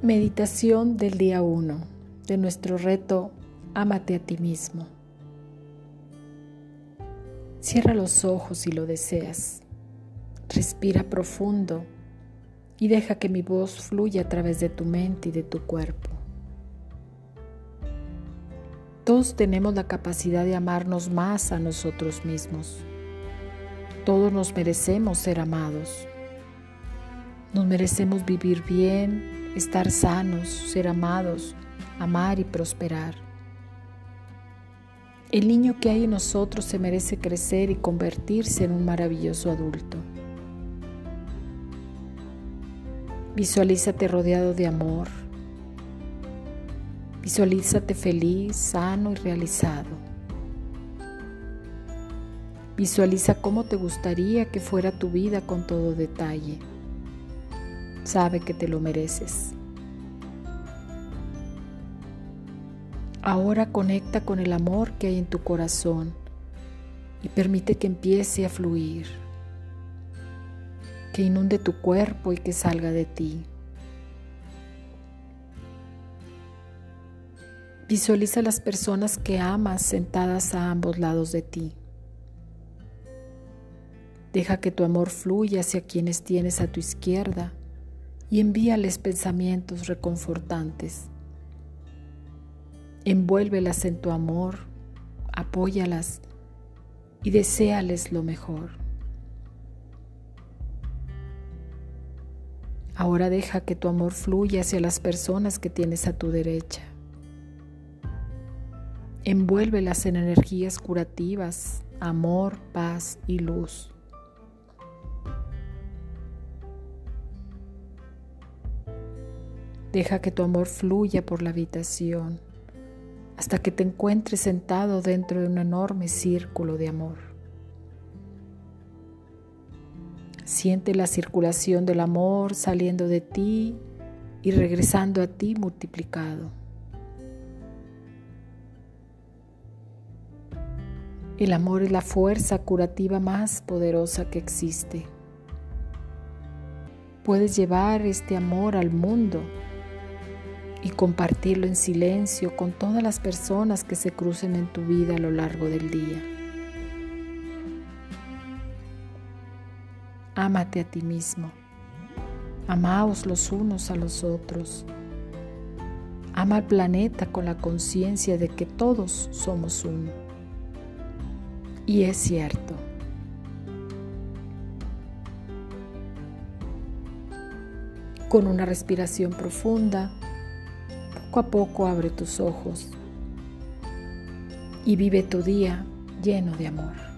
Meditación del día 1 de nuestro reto Ámate a ti mismo. Cierra los ojos si lo deseas. Respira profundo y deja que mi voz fluya a través de tu mente y de tu cuerpo. Todos tenemos la capacidad de amarnos más a nosotros mismos. Todos nos merecemos ser amados. Nos merecemos vivir bien, estar sanos, ser amados, amar y prosperar. El niño que hay en nosotros se merece crecer y convertirse en un maravilloso adulto. Visualízate rodeado de amor. Visualízate feliz, sano y realizado. Visualiza cómo te gustaría que fuera tu vida con todo detalle. Sabe que te lo mereces. Ahora conecta con el amor que hay en tu corazón y permite que empiece a fluir, que inunde tu cuerpo y que salga de ti. Visualiza las personas que amas sentadas a ambos lados de ti. Deja que tu amor fluya hacia quienes tienes a tu izquierda y envíales pensamientos reconfortantes. Envuélvelas en tu amor, apóyalas y deséales lo mejor. Ahora deja que tu amor fluya hacia las personas que tienes a tu derecha. Envuélvelas en energías curativas, amor, paz y luz. Deja que tu amor fluya por la habitación hasta que te encuentres sentado dentro de un enorme círculo de amor. Siente la circulación del amor saliendo de ti y regresando a ti multiplicado. El amor es la fuerza curativa más poderosa que existe. Puedes llevar este amor al mundo y compartirlo en silencio con todas las personas que se crucen en tu vida a lo largo del día. Ámate a ti mismo. Amaos los unos a los otros. Ama al planeta con la conciencia de que todos somos uno. Y es cierto. Con una respiración profunda, poco a poco abre tus ojos y vive tu día lleno de amor.